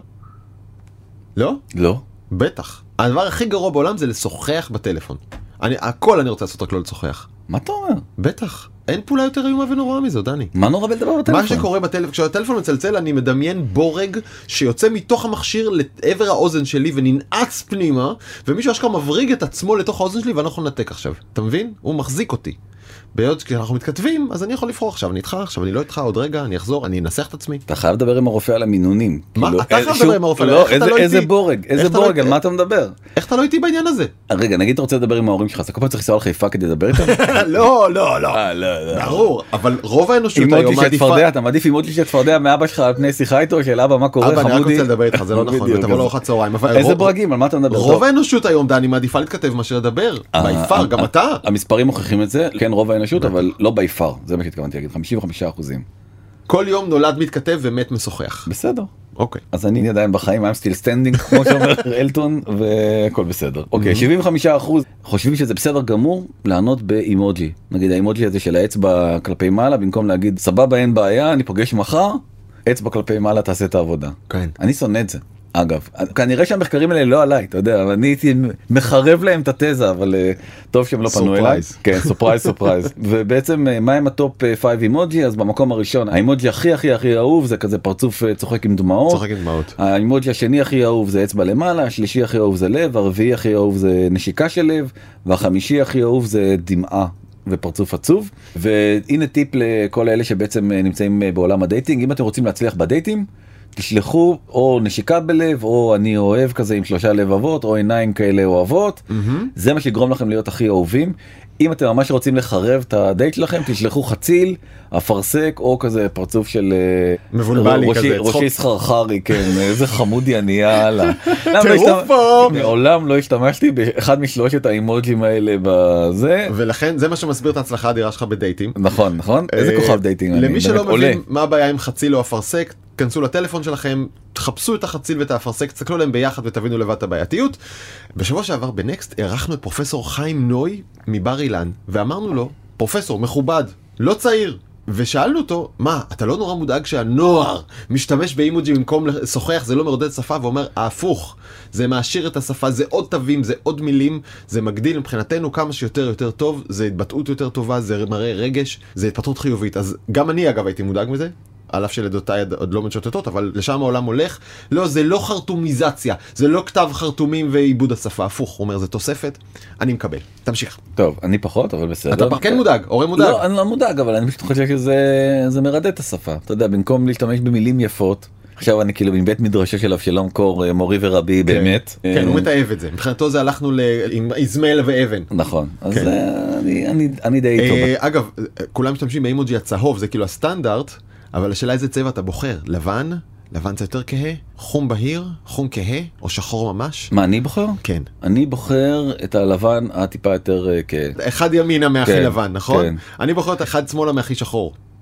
לא? לא. בטח. הדבר הכי גרוע בעולם זה לשוחח בטלפון. אני, הכל אני רוצה לעשות רק לא לשוחח. מה אתה אומר? בטח. אין פעולה יותר איומה ונוראה מזו, דני. מה נורא בלדבר בטלפון? מה שקורה בטלפון, כשהטלפון מצלצל אני מדמיין בורג שיוצא מתוך המכשיר לעבר האוזן שלי וננעץ פנימה, ומישהו אשכרה מבריג את עצמו לתוך האוזן שלי ואנחנו נתק עכשיו. אתה מבין? הוא מחזיק אותי. בעוד כשאנחנו מתכתבים, אז אני יכול לבחור עכשיו, אני איתך, עכשיו אני לא איתך, עוד רגע, אני אחזור, אני אנסח את עצמי. אתה חייב לדבר עם הרופא על המינונים. מה? אתה חייב לדבר עם הרופא, איך אתה לא איתי? איזה בורג, איזה בורג, על מה אתה מדבר? איך אתה לא איתי בעניין הזה? רגע, נגיד אתה רוצה לדבר עם ההורים שלך, אז אתה כל פעם צריך לנסוע לחיפה כדי לדבר איתם? לא, לא, לא. ברור, אבל רוב האנושות היום מעדיפה... אתה מעדיף אימוג'י של צפרדע מאבא שלך על פני שיחה איתו, של אבא, מה קורה, אבא, אני רק חמודי? רוצה לדבר איתך, זה לא נכון, ותבוא לארוחת צהריים. איזה ברגים, על מה אתה מדבר? רוב האנושות היום, דני, מעדיפה להתכתב מאשר לדבר. ביפר, גם אתה. המספרים מוכיחים את זה, כן, רוב האנושות, אבל לא ביפר, זה מה שהתכוונתי להגיד, חמישים וחמישה אחוזים. כל יום נולד מתכתב ומת משוחח. בסדר. אוקיי. אז אני עדיין בחיים, I'm still standing, כמו שאומר אלטון, והכל בסדר. אוקיי, שבעים וחמישה אחוז חושבים שזה בסדר גמור לענות באימוג'י. נגיד האימוג'י הזה של האצבע כלפי מעלה, במקום להגיד סבבה אין בעיה, אני פוגש מחר, אצבע כלפי מעלה תעשה את העבודה. כן. אני שונא את זה. אגב, כנראה שהמחקרים האלה לא עליי, אתה יודע, אבל אני הייתי מחרב להם את התזה, אבל טוב שהם לא פנו אליי. כן, סופרייז, סופרייז. ובעצם, מה הם הטופ חמש אימוג'י? אז במקום הראשון, האימוג'י הכי הכי הכי אהוב, זה כזה פרצוף צוחק עם דמעות. צוחק עם דמעות. האימוג'י השני הכי אהוב זה אצבע למעלה, השלישי הכי אהוב זה לב, הרביעי הכי אהוב זה נשיקה של לב, והחמישי הכי אהוב זה דמעה ופרצוף עצוב. והנה טיפ לכל האלה שבעצם נמצאים בעולם הדייטינג. אם אתם רוצים להצליח בדייטים, תשלחו או נשיקה בלב, או אני אוהב כזה עם שלושה לבבות, או עיניים כאלה אוהבות. Mm-hmm. זה מה שיגרום לכם להיות הכי אהובים. אם אתם ממש רוצים לחרב את הדייט שלכם, תשלחו חציל, אפרסק, או כזה פרצוף של... מבולבלי ראשי, כזה. ראשי סחרחרי, כן, איזה חמודי אני, יאללה. טירוף פה! מעולם לא השתמשתי באחד משלושת האימוג'ים האלה בזה. ולכן זה מה שמסביר את ההצלחה האדירה שלך בדייטים. נכון, נכון? איזה כוכב דייטים אני, למי שלא מבין מה הבעיה עם חציל או אפרסק, כנסו לטלפון שלכם, תחפשו את החציל ואת האפרסק, תסתכלו להם ביחד ותבינו לבד את הבעייתיות. בשבוע שעבר בנקסט ערכנו את פרופסור חיים נוי מבר אילן, ואמרנו לו, פרופסור מכובד, לא צעיר, ושאלנו אותו, מה, אתה לא נורא מודאג שהנוער משתמש באימוג'י במקום לשוחח, זה לא מרודד שפה, ואומר, ההפוך, זה מעשיר את השפה, זה עוד תווים, זה עוד מילים, זה מגדיל מבחינתנו כמה שיותר יותר טוב, זה התבטאות יותר טובה, זה מראה רגש, זה התפתחות חיובית. אז גם אני אגב הייתי מודאג מזה, על אף שלדותיי עוד לא משוטטות, אבל לשם העולם הולך. לא, זה לא חרטומיזציה, זה לא כתב חרטומים ועיבוד השפה, הפוך, הוא אומר, זה תוספת, אני מקבל. תמשיך. טוב, אני פחות, אבל בסדר. אתה כן מודאג, הורה מודאג. לא, אני לא מודאג, אבל אני פשוט חושב שזה מרדד את השפה. אתה יודע, במקום להשתמש במילים יפות, עכשיו אני כאילו מבית מדרשו של אבשלום קור, מורי ורבי באמת. כן, הוא מתאהב את זה. מבחינתו זה הלכנו עם איזמעאל ואבן. נכון, אז אני די טוב. אגב, כולם משתמשים באימוג'י הצהוב, זה כאילו הסטנדרט, אבל השאלה איזה צבע אתה בוחר, לבן, לבן זה יותר כהה, חום בהיר, חום כהה, או שחור ממש. מה, אני בוחר? כן. אני בוחר את הלבן הטיפה יותר כהה. אחד ימינה מהכי כן, לבן, נכון? כן. אני בוחר את אחד שמאלה מהכי שחור.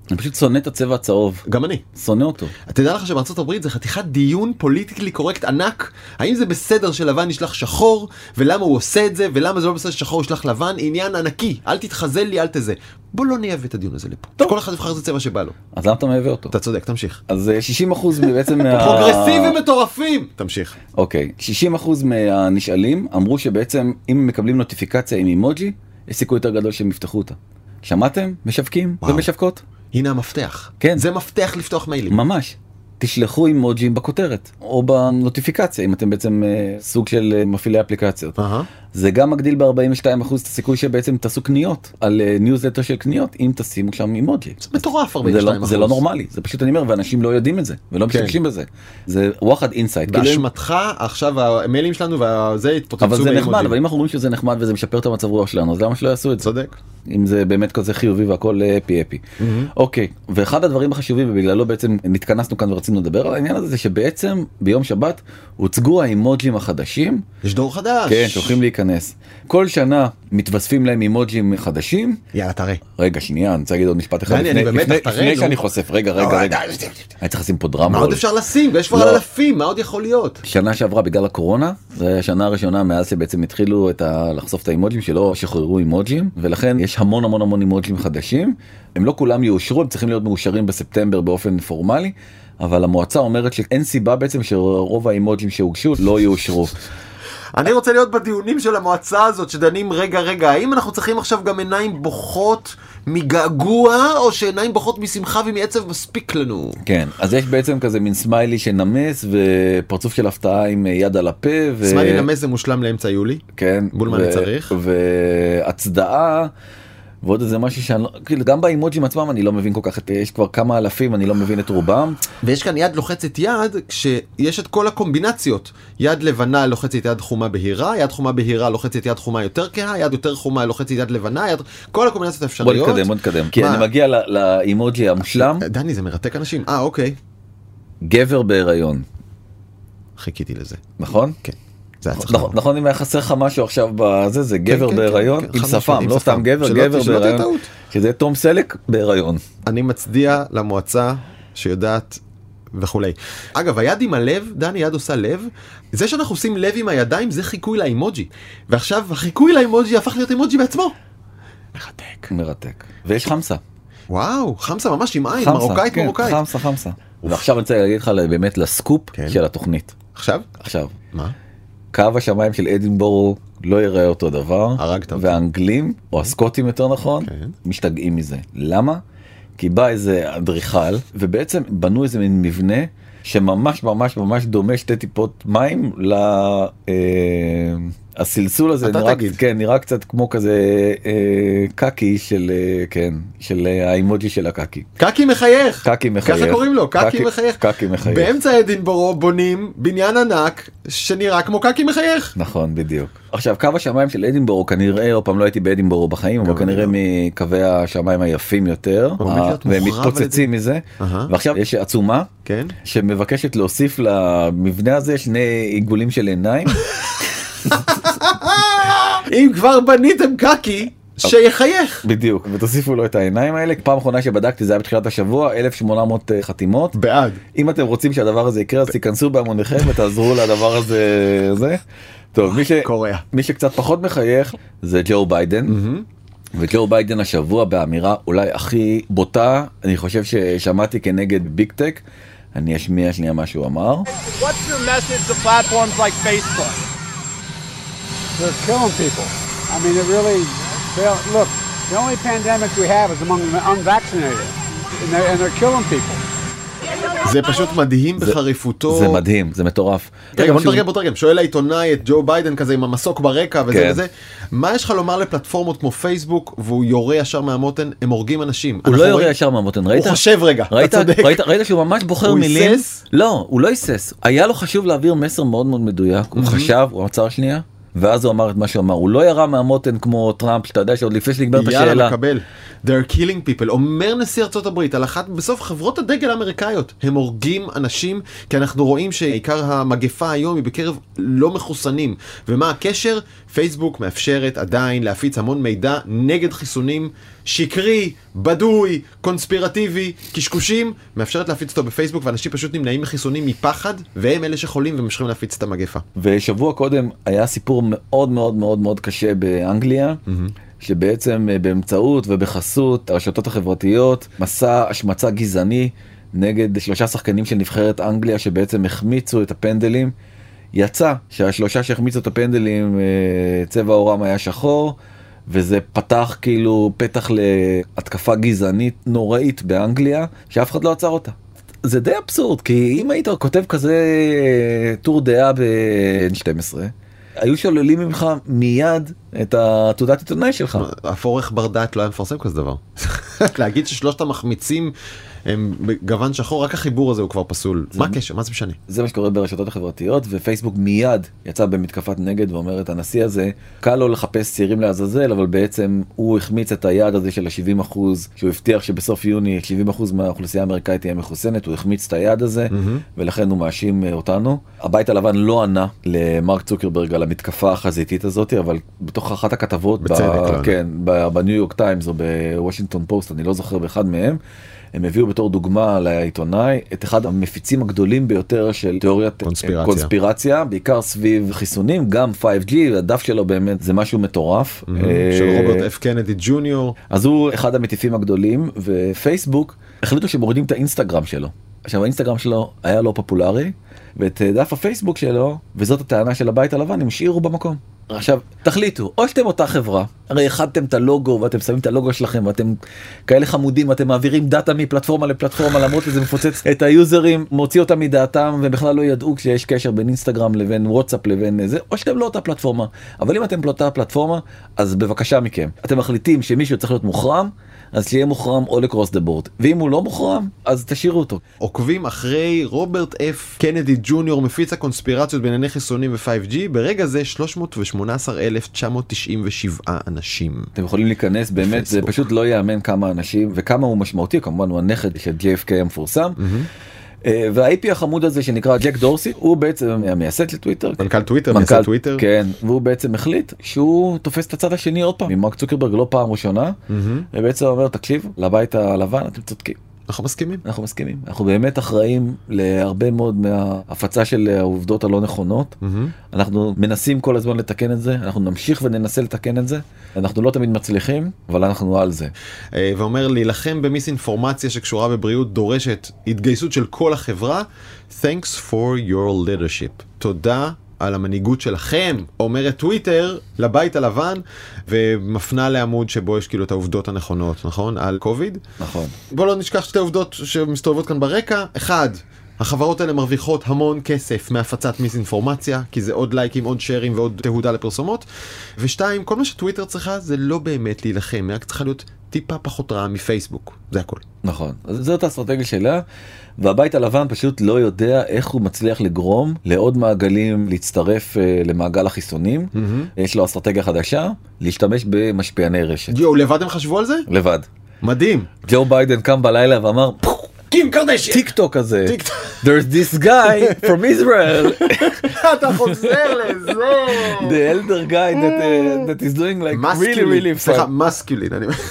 אני פשוט שונא את הצבע הצהוב. גם אני. שונא אותו. אתה יודע לך שבארצות הברית זה חתיכת דיון פוליטיקלי קורקט ענק, האם זה בסדר שלבן ישלח שחור, ולמה הוא עושה את זה, ולמה זה לא בסדר ששחור ישלח לבן, עניין ענקי, אל תתחזל לי, אל תזה. בוא לא נייבא את הדיון הזה לפה. טוב. כל אחד יבחר איזה צבע שבא לו. אז למה אתה מייבא אותו? אתה צודק, תמשיך. אז שישים אחוז בעצם מה... פרוגרסיביים מטורפים! תמשיך. אוקיי, שישים אחוז מהנשאלים אמרו שבעצם אם הם מקבלים נוטיפיקציה עם אימוג'י, יש סיכוי יותר גדול שהם יפתחו אותה. שמעתם? משווקים וואו. ומשווקות? הנה המפתח. כן. זה מפתח לפתוח מיילים. ממש. תשלחו אימוג'ים בכותרת, או בנוטיפיקציה, אם אתם בעצם אה, סוג של אה, מפעילי אפליקציות. Uh-huh. זה גם מגדיל ב-ארבעים ושתיים אחוז את הסיכוי שבעצם תעשו קניות, על אה, ניוזלטר של קניות, אם תשימו שם אימוג'י. זה מטורף, ארבעים זה ושתיים לא, אחוז. זה לא נורמלי, זה פשוט אני אומר, ואנשים לא יודעים את זה, ולא כן. משתמשים בזה. זה וואחד אינסייט. באשמתך, עכשיו המיילים שלנו וזה התפוצצו אבל זה נחמד, באימוג'ים. אבל אם אנחנו אומרים שזה נחמד וזה משפר את המצב רוח שלנו, אז למה שלא יעשו את זה? צודק. אם זה באמת כזה חיובי והכל אפי אפי. אוקיי, ואחד הדברים החשובים ובגללו בעצם נתכנסנו כאן ורצינו לדבר על העניין הזה, זה שבעצם ביום שבת הוצגו האימוג'ים החדשים. יש דור חדש. כן, שהולכים להיכנס. כל שנה מתווספים להם אימוג'ים חדשים. יאללה, תראה. רגע, שנייה, אני רוצה להגיד עוד משפט אחד דני, אני באמת, לפני, תראה, לפני נו. שאני חושף. רגע, רגע, רגע. אני צריך לשים פה דרמה. מה עוד אפשר לשים? ויש כבר לא. אלפים, מה עוד יכול להיות? שנה שעברה בגלל הקורונה, זו השנה הראשונה מאז שבעצם התחילו את ה... לחשוף את האימוג'ים שלא שחררו אימוג'ים, ולכן יש המון המון המון אימוג'ים חדשים. הם לא כולם יאושרו, הם צריכים להיות מאושרים בספטמבר באופן פורמלי, אבל המועצה אומרת שאין סיבה בעצם שרוב האימוג'ים שהוגשו לא יאושרו. אני רוצה להיות בדיונים של המועצה הזאת שדנים רגע רגע, האם אנחנו צריכים עכשיו גם עיניים בוכות מגעגוע, או שעיניים בוכות משמחה ומעצב מספיק לנו? כן, אז יש בעצם כזה מין סמיילי שנמס ופרצוף של הפתעה עם יד על הפה. ו... סמיילי נמס זה מושלם לאמצע יולי. כן. בול מה אני צריך. והצדעה. ועוד איזה משהו שאני, כאילו, גם באימוג'ים עצמם אני לא מבין כל כך, את, יש כבר כמה אלפים, אני לא מבין את רובם. ויש כאן יד לוחצת יד, כשיש את כל הקומבינציות. יד לבנה לוחצת יד חומה בהירה, יד חומה בהירה לוחצת יד חומה יותר כהה, יד יותר חומה לוחצת יד לבנה, יד... כל הקומבינציות האפשריות. בוא נתקדם, בוא נתקדם. כי אני מגיע לאימוג'י המושלם. דני, זה מרתק אנשים. אה, אוקיי. גבר בהיריון. חיכיתי לזה. נכון? כן. נכון, נכון, אם היה חסר לך משהו עכשיו בזה, זה גבר בהיריון עם שפם, לא סתם גבר, גבר בהיריון, שזה תום סלק בהיריון. אני מצדיע למועצה שיודעת וכולי. אגב, היד עם הלב, דני, יד עושה לב, זה שאנחנו עושים לב עם הידיים זה חיקוי לאימוג'י, ועכשיו החיקוי לאימוג'י הפך להיות אימוג'י בעצמו. מרתק. מרתק. ויש חמסה. וואו, חמסה ממש עם עין, מרוקאית מרוקאית. חמסה, חמסה. ועכשיו אני רוצה להגיד לך באמת לסקופ של התוכנית. עכשיו? עכשיו. מה? קו השמיים של אדינבורו לא יראה אותו דבר, הרגת. והאנגלים, או הסקוטים יותר נכון, כן. משתגעים מזה. למה? כי בא איזה אדריכל, ובעצם בנו איזה מין מבנה, שממש ממש ממש דומה שתי טיפות מים ל... אה, הסלסול הזה נראה, כן, נראה קצת כמו כזה אה, קקי של, אה, כן, של אה, האימוג'י של הקקי. קקי מחייך. קקי מחייך. ככה קוראים לו, קקי, קקי מחייך. קקי מחייך. באמצע אדינבורו בונים בניין ענק שנראה כמו קקי מחייך. נכון, בדיוק. עכשיו, קו השמיים של אדינבורו, כנראה, או פעם לא הייתי באדינבורו בחיים, אבל כנראה מקווי השמיים היפים יותר, והם מתפוצצים מזה, ועכשיו יש עצומה, שמבקשת להוסיף למבנה הזה שני עיגולים של עיניים. אם כבר בניתם קקי, שיחייך. בדיוק, ותוסיפו לו את העיניים האלה. פעם אחרונה שבדקתי, זה היה בתחילת השבוע, אלף שמונה מאות חתימות. בעד. אם אתם רוצים שהדבר הזה יקרה, אז תיכנסו בהמוניכם ותעזרו לדבר הזה. זה. טוב, מי, ש... מי שקצת פחות מחייך זה ג'ו ביידן. וג'ו ביידן השבוע באמירה אולי הכי בוטה, אני חושב ששמעתי כנגד ביג טק. אני אשמיע שנייה מה שהוא אמר. What's your message to platforms like Facebook? They're killing people. I mean, it really, look, the only pandemic we have is among the unvaccinated, and they're, and they're killing people. זה פשוט מדהים בחריפותו. זה מדהים, זה מטורף. רגע, בוא נתרגם, בוא נתרגם. שואל העיתונאי את ג'ו ביידן כזה עם המסוק ברקע וזה וזה. מה יש לך לומר לפלטפורמות כמו פייסבוק, והוא יורה ישר מהמותן, הם הורגים אנשים. הוא לא יורה ישר מהמותן, ראית? הוא חושב רגע, אתה צודק. ראית שהוא ממש בוחר מילים? הוא היסס? לא, הוא לא היסס. היה לו חשוב להעביר מסר מאוד מאוד מדויק. הוא חשב, הוא עצר שנייה. ואז הוא אמר את מה שהוא אמר, הוא לא ירה מהמותן כמו טראמפ, שאתה יודע שעוד לפני שנגמר את השאלה. יאללה, מקבל. They're killing people. אומר נשיא ארצות הברית, על אחת, בסוף חברות הדגל האמריקאיות, הם הורגים אנשים, כי אנחנו רואים שעיקר המגפה היום היא בקרב לא מחוסנים. ומה הקשר? פייסבוק מאפשרת עדיין להפיץ המון מידע נגד חיסונים שקרי, בדוי, קונספירטיבי, קשקושים, מאפשרת להפיץ אותו בפייסבוק, ואנשים פשוט נמנעים מחיסונים מפחד, והם אלה שחולים וממשיכים להפיץ את המגפה. ושבוע קודם היה סיפור מאוד מאוד מאוד מאוד קשה באנגליה, שבעצם באמצעות ובחסות הרשתות החברתיות, מסע השמצה גזעני נגד שלושה שחקנים של נבחרת אנגליה, שבעצם החמיצו את הפנדלים. יצא שהשלושה שהחמיצו את הפנדלים, צבע עורם היה שחור, וזה פתח כאילו פתח להתקפה גזענית נוראית באנגליה, שאף אחד לא עצר אותה. זה די אבסורד, כי אם היית כותב כזה טור דעה ב-אן שתים עשרה, היו שוללים ממך מיד את התעודת עיתונאי שלך. אף עורך בר דעת לא היה מפרסם כזה דבר. להגיד ששלושת המחמיצים הם בגוון שחור, רק החיבור הזה הוא כבר פסול. מה הקשר? מה זה משנה? זה מה שקורה ברשתות החברתיות, ופייסבוק מיד יצא במתקפת נגד ואומרת, הנשיא הזה קל לו לחפש צעירים לעזאזל, אבל בעצם הוא החמיץ את היעד הזה של ה-שבעים אחוז, שהוא הבטיח שבסוף יוני שבעים אחוז מהאוכלוסייה האמריקאית תהיה מחוסנת, הוא החמיץ את היעד הזה, ולכן הוא מאשים אותנו. הבית הלבן לא ענה למרק צוקרברג על המתקפה החזיתית הזאת, אבל בתוך אחת הכתבות, כן, בניו יורק טיימס או בוושינגטון פוסט, אני לא זוכר באחד מהם, הם הביאו בתור דוגמה לעיתונאי את אחד המפיצים הגדולים ביותר של תיאוריית קונספירציה, קונספירציה בעיקר סביב חיסונים, גם פייב ג'י, הדף שלו באמת זה משהו מטורף. של רוברט אף קנדי ג'וניור. אז הוא אחד המטיפים הגדולים, ופייסבוק החליטו שמורידים את האינסטגרם שלו. עכשיו האינסטגרם שלו היה לא פופולרי, ואת דף הפייסבוק שלו, וזאת הטענה של הבית הלבן, הם השאירו במקום. עכשיו, תחליטו, או שאתם אותה חברה, הרי הכנתם את הלוגו, ואתם שמים את הלוגו שלכם, ואתם כאלה חמודים, אתם מעבירים דאטה מפלטפורמה לפלטפורמה, למרות שזה מפוצץ את היוזרים, מוציא אותם מדעתם, ובכלל לא ידעו כשיש קשר בין אינסטגרם לבין וואטסאפ לבין זה, או שאתם לא אותה פלטפורמה. אבל אם אתם לא אותה פלטפורמה, אז בבקשה מכם. אתם מחליטים שמישהו צריך להיות מוחרם, אז שיהיה מוחרם או לקרוס דה בורד. ואם הוא לא מוחרם, אז תשאירו אותו. עוקבים אחרי רוברט אף קנדי ג'וניור, מפיץ הקונספירציות בענייני חיסונים ו-פייב ג'י, ברגע זה שלוש מאות ושמונה עשר אלף תשע מאות תשעים ושבע אנשים. אתם יכולים להיכנס, באמת, זה פשוט לא יאמן כמה אנשים, וכמה הוא משמעותי, כמובן הוא הנכד של ג'יי אף קיי המפורסם. וה-איי פי החמוד הזה שנקרא ג'ק דורסי, הוא בעצם המייסד לטוויטר. מנכ"ל טוויטר, מייסד טוויטר. כן, והוא בעצם החליט שהוא תופס את הצד השני עוד פעם, ממרק צוקרברג לא פעם ראשונה, ובעצם אומר, תקשיב, לבית הלבן אתם צודקים. אנחנו מסכימים. אנחנו מסכימים. אנחנו באמת אחראים להרבה מאוד מההפצה של העובדות הלא נכונות. אנחנו מנסים כל הזמן לתקן את זה, אנחנו נמשיך וננסה לתקן את זה. אנחנו לא תמיד מצליחים, אבל אנחנו על זה. ואומר, להילחם במיס אינפורמציה שקשורה בבריאות דורשת התגייסות של כל החברה. Thanks for your leadership. תודה על המנהיגות שלכם, אומרת טוויטר לבית הלבן, ומפנה לעמוד שבו יש כאילו את העובדות הנכונות, נכון? על קוביד. נכון. בוא לא נשכח שתי עובדות שמסתובבות כאן ברקע. אחד, החברות האלה מרוויחות המון כסף מהפצת מיסאינפורמציה, כי זה עוד לייקים, עוד שיירים ועוד תהודה לפרסומות. ושתיים, כל מה שטוויטר צריכה זה לא באמת להילחם, רק צריכה להיות טיפה פחות רעה מפייסבוק, זה הכל. נכון, אז זאת האסטרטגיה שלה, והבית הלבן פשוט לא יודע איך הוא מצליח לגרום לעוד מעגלים להצטרף uh, למעגל החיסונים. Mm-hmm. יש לו אסטרטגיה חדשה, להשתמש במשפיעני רשת. יו, לבד הם חשבו על זה? לבד. מדהים. ג'ו ביידן קם בלילה ואמר, קים קרדשן! טיק טוק הזה. There's this guy from Israel. אתה חוזר לזה. The elder guy that, uh, that is doing like really really fun. סליחה, מסקולין.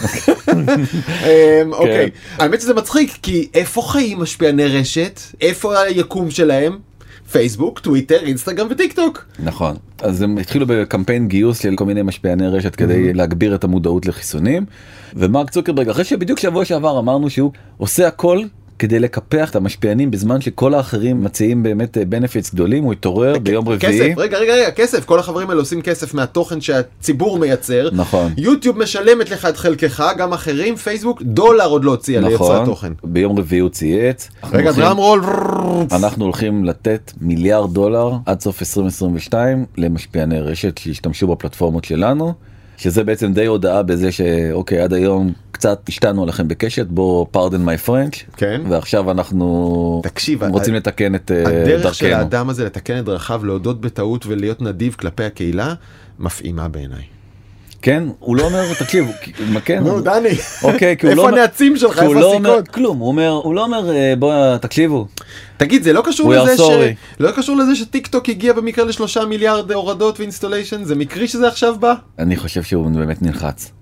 אוקיי. האמת שזה מצחיק, כי איפה חיים משפיעני רשת? איפה היקום שלהם? פייסבוק, טוויטר, אינסטגרם וטיק טוק. נכון. אז הם התחילו בקמפיין גיוס של כל מיני משפיעני רשת כדי להגביר את המודעות לחיסונים. ומרק צוקרברג, אחרי שבדיוק שבוע שעבר אמרנו שהוא עושה הכל כדי לקפח את המשפיענים בזמן שכל האחרים מציעים באמת בנפיטס גדולים, הוא התעורר ביום רביעי. כסף, רגע, רגע, רגע, כסף. כל החברים האלה עושים כסף מהתוכן שהציבור מייצר. נכון. יוטיוב משלמת לך את חלקך, גם אחרים, פייסבוק, דולר עוד לא הציע ליצר התוכן. ביום רביעי הוא צייץ. רגע, דראם רול. אנחנו הולכים לתת מיליארד דולר עד סוף עשרים עשרים ושתיים למשפיעני רשת שישתמשו בפלטפורמות שלנו. שזה בעצם די הודעה בזה שאוקיי, עד היום קצת השתנו עליכם בקשת, בוא pardon my French, כן. ועכשיו אנחנו תקשיב, רוצים ה- לתקן את הדרך דרכנו. דרכנו. הדרך של האדם הזה לתקן את דרכיו, להודות בטעות ולהיות נדיב כלפי הקהילה, מפעימה בעיניי. כן, הוא לא אומר, תקשיב, כן, נו, דני, אוקיי, כי הוא לא איפה הנעצים שלך, הוא איפה לא אומר הסיכות? כלום, הוא אומר, הוא לא אומר, בוא, תקשיבו. תגיד, זה לא קשור We לזה are ש... sorry. לא קשור לזה שטיק טוק הגיע במקרה לשלושה מיליארד הורדות ואינסטוליישן? זה מקרי שזה עכשיו בא? אני חושב שהוא באמת נלחץ.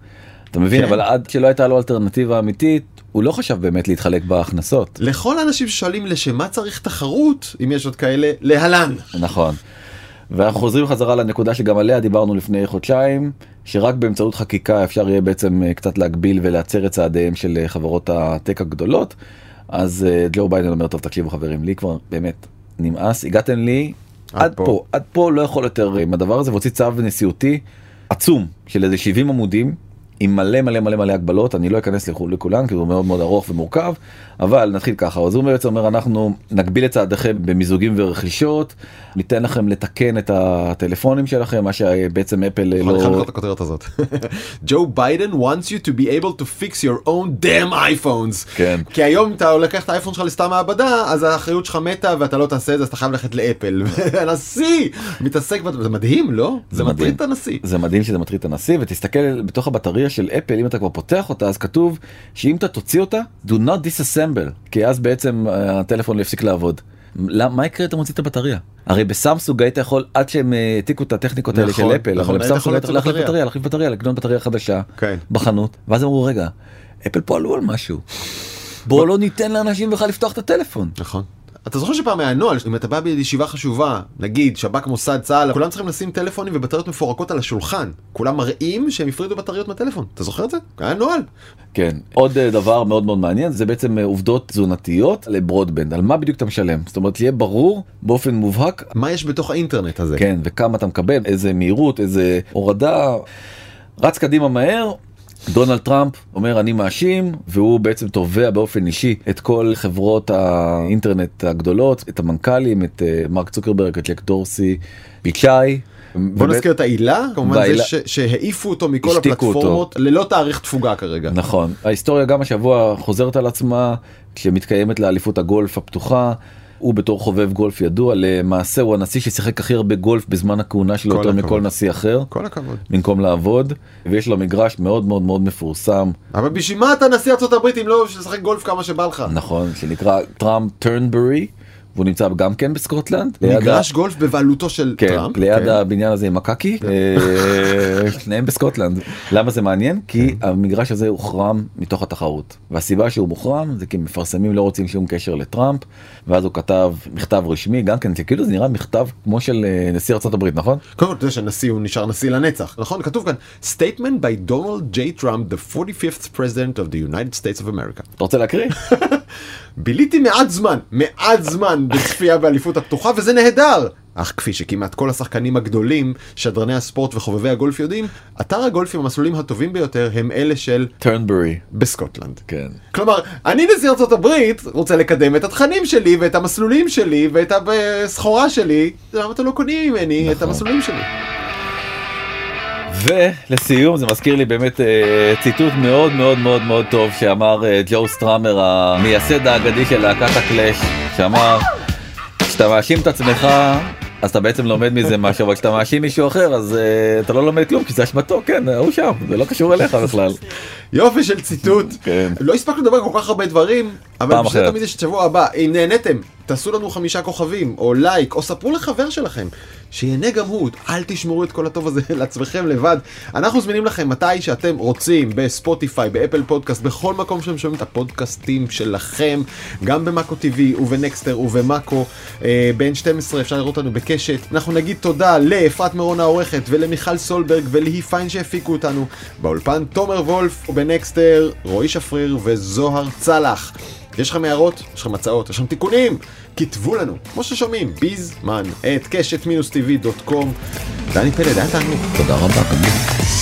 אתה מבין? כן. אבל עד שלא הייתה לו אלטרנטיבה אמיתית, הוא לא חשב באמת להתחלק בהכנסות. לכל האנשים ששואלים לשמה צריך תחרות, אם יש עוד כאלה, להלן. נכון. ואנחנו חוזרים חזרה לנקודה שגם עליה דיברנו לפני חודשיים, שרק באמצעות חקיקה אפשר יהיה בעצם קצת להגביל ולעצר את צעדיהם של חברות הטק הגדולות. אז ג'ו ביידן אומר, טוב, תקשיבו חברים, לי כבר באמת נמאס, הגעתם לי עד, עד פה. פה, עד פה לא יכול יותר עם הדבר הזה, והוציא צו נשיאותי עצום של איזה שבעים עמודים, עם מלא מלא מלא מלא הגבלות, אני לא אכנס לכולן, כי הוא מאוד מאוד ארוך ומורכב, אבל נתחיל ככה, אז הוא בעצם אומר, אנחנו נגביל את צעדיכם במיזוגים ורכישות, ניתן לכם לתקן את הטלפונים שלכם, מה שבעצם אפל לא... אני חייב לקרוא את הכותרת הזאת. Joe Biden wants you to be able to fix your own damn iPhones. כן. כי היום אתה לוקח את האייפון שלך לסתם מעבדה, אז האחריות שלך מתה ואתה לא תעשה את זה, אז אתה חייב ללכת לאפל. הנשיא מתעסק, זה מדהים, לא? זה מטריד את הנשיא. זה מדהים שזה מטריד את הנשיא, ותסתכל בתוך הבטריה של אפל, אם אתה כבר פותח אותה, אז כתוב שאם אתה תוציא אותה, do not disassemble, כי אז בעצם הטלפון לא יפסיק לעבוד. מה יקרה אתה מוציא את הבטריה? הרי בסמסונג היית יכול, עד שהם העתיקו את הטכניקות האלה של אפל, אבל בסמסונג היית יכול להחליף בטריה, להחליף בטריה, לקנות בטריה חדשה בחנות, ואז אמרו, רגע, אפל פועלו על משהו. בואו לא ניתן לאנשים בכלל לפתוח את הטלפון. נכון. אתה זוכר שפעם היה נוהל, אם אתה בא בישיבה חשובה, נגיד שב"כ מוסד צה"ל, כולם צריכים לשים טלפונים ובטריות מפורקות על השולחן. כולם מראים שהם הפרידו בטריות מהטלפון. אתה זוכר את זה? היה נוהל. כן. עוד דבר מאוד מאוד מעניין, זה בעצם עובדות תזונתיות לברודבנד. על מה בדיוק אתה משלם? זאת אומרת, יהיה ברור באופן מובהק. מה יש בתוך האינטרנט הזה? כן, וכמה אתה מקבל, איזה מהירות, איזה הורדה. רץ קדימה מהר. דונלד טראמפ אומר אני מאשים, והוא בעצם תובע באופן אישי את כל חברות האינטרנט הגדולות, את המנכ"לים, את מרק צוקרברג, את ג'ק דורסי, ביצ'אי. בוא נזכיר את העילה, כמובן זה שהעיפו אותו מכל הפלטפורמות ללא תאריך תפוגה כרגע. נכון. ההיסטוריה גם השבוע חוזרת על עצמה, כשמתקיימת לאליפות הגולף הפתוחה, הוא בתור חובב גולף ידוע, למעשה הוא הנשיא ששיחק הכי הרבה גולף בזמן הכהונה שלו יותר מכל נשיא אחר. כל הכבוד. במקום לעבוד, ויש לו מגרש מאוד מאוד מאוד מפורסם. אבל בשביל מה אתה נשיא ארצות הברית אם לא ששחק גולף כמה שבא לך? נכון, שנקרא טראמפ טרנברי, והוא נמצא גם כן בסקוטלנד. מגרש גולף בבעלותו של טראמפ. כן, ליד הבניין הזה עם הקקי, שניהם בסקוטלנד. למה זה מעניין? כי המגרש הזה הוחרם מתוך התחרות. והסיבה שהוא מוחרם זה כי מפרסמים לא רוצים שום קשר לטראמפ, ואז הוא כתב מכתב רשמי, גם כן, כאילו זה נראה מכתב כמו של נשיא ארצות הברית, נכון? קודם כל, אתה יודע שהנשיא הוא נשאר נשיא לנצח, נכון? כתוב כאן, Statement by Donald J. Trump, the forty-fifth President of the United States of America. אתה רוצה להקריא? ביליתי מעט זמן, מעט זמן בצפייה באליפות הפתוחה, וזה נהדר. אך כפי שכמעט כל השחקנים הגדולים, שדרני הספורט וחובבי הגולף יודעים, אתר הגולף עם המסלולים הטובים ביותר הם אלה של טרנברי בסקוטלנד. כן. כלומר, אני נשיא ארצות הברית רוצה לקדם את התכנים שלי ואת המסלולים שלי ואת הסחורה שלי, למה אתם לא קונים ממני נכון. את המסלולים שלי? ולסיום זה מזכיר לי באמת ציטוט מאוד מאוד מאוד מאוד טוב שאמר ג'ו סטראמר, המייסד האגדי של להקת הקלאש, שאמר כשאתה מאשים את עצמך אז אתה בעצם לומד מזה משהו, אבל כשאתה מאשים מישהו אחר אז uh, אתה לא לומד כלום, כי זה אשמתו, כן, הוא שם, זה לא קשור אליך בכלל. יופי של ציטוט. כן. לא הספקנו לדבר כל כך הרבה דברים, אבל בשביל תמיד יש את שבוע הבא, אם נהנתם, תעשו לנו חמישה כוכבים, או לייק, או ספרו לחבר שלכם, שיהנה גם הוא, אל תשמרו את כל הטוב הזה לעצמכם לבד. אנחנו זמינים לכם מתי שאתם רוצים, בספוטיפיי, באפל פודקאסט, בכל מקום שהם שומעים את הפודקאסטים שלכם, גם במאקו טיווי ובנקסטר ובמאקו, אה, בין שתים עשרה אפשר לראות אותנו בקשת. אנחנו נגיד תודה לאפרת מרון העורכת, ולמיכל סולברג, ולהי פיין שהפיקו אותנו, באולפן תומר וולף, ובנקסטר רועי שפריר וזוהר צלח. יש לכם הערות, יש לכם הצעות, יש לכם תיקונים, כתבו לנו, כמו ששומעים, ביזמן, את קשת מינוס טי וי דוט קום. דני פלד, היה תענוג. תודה רבה.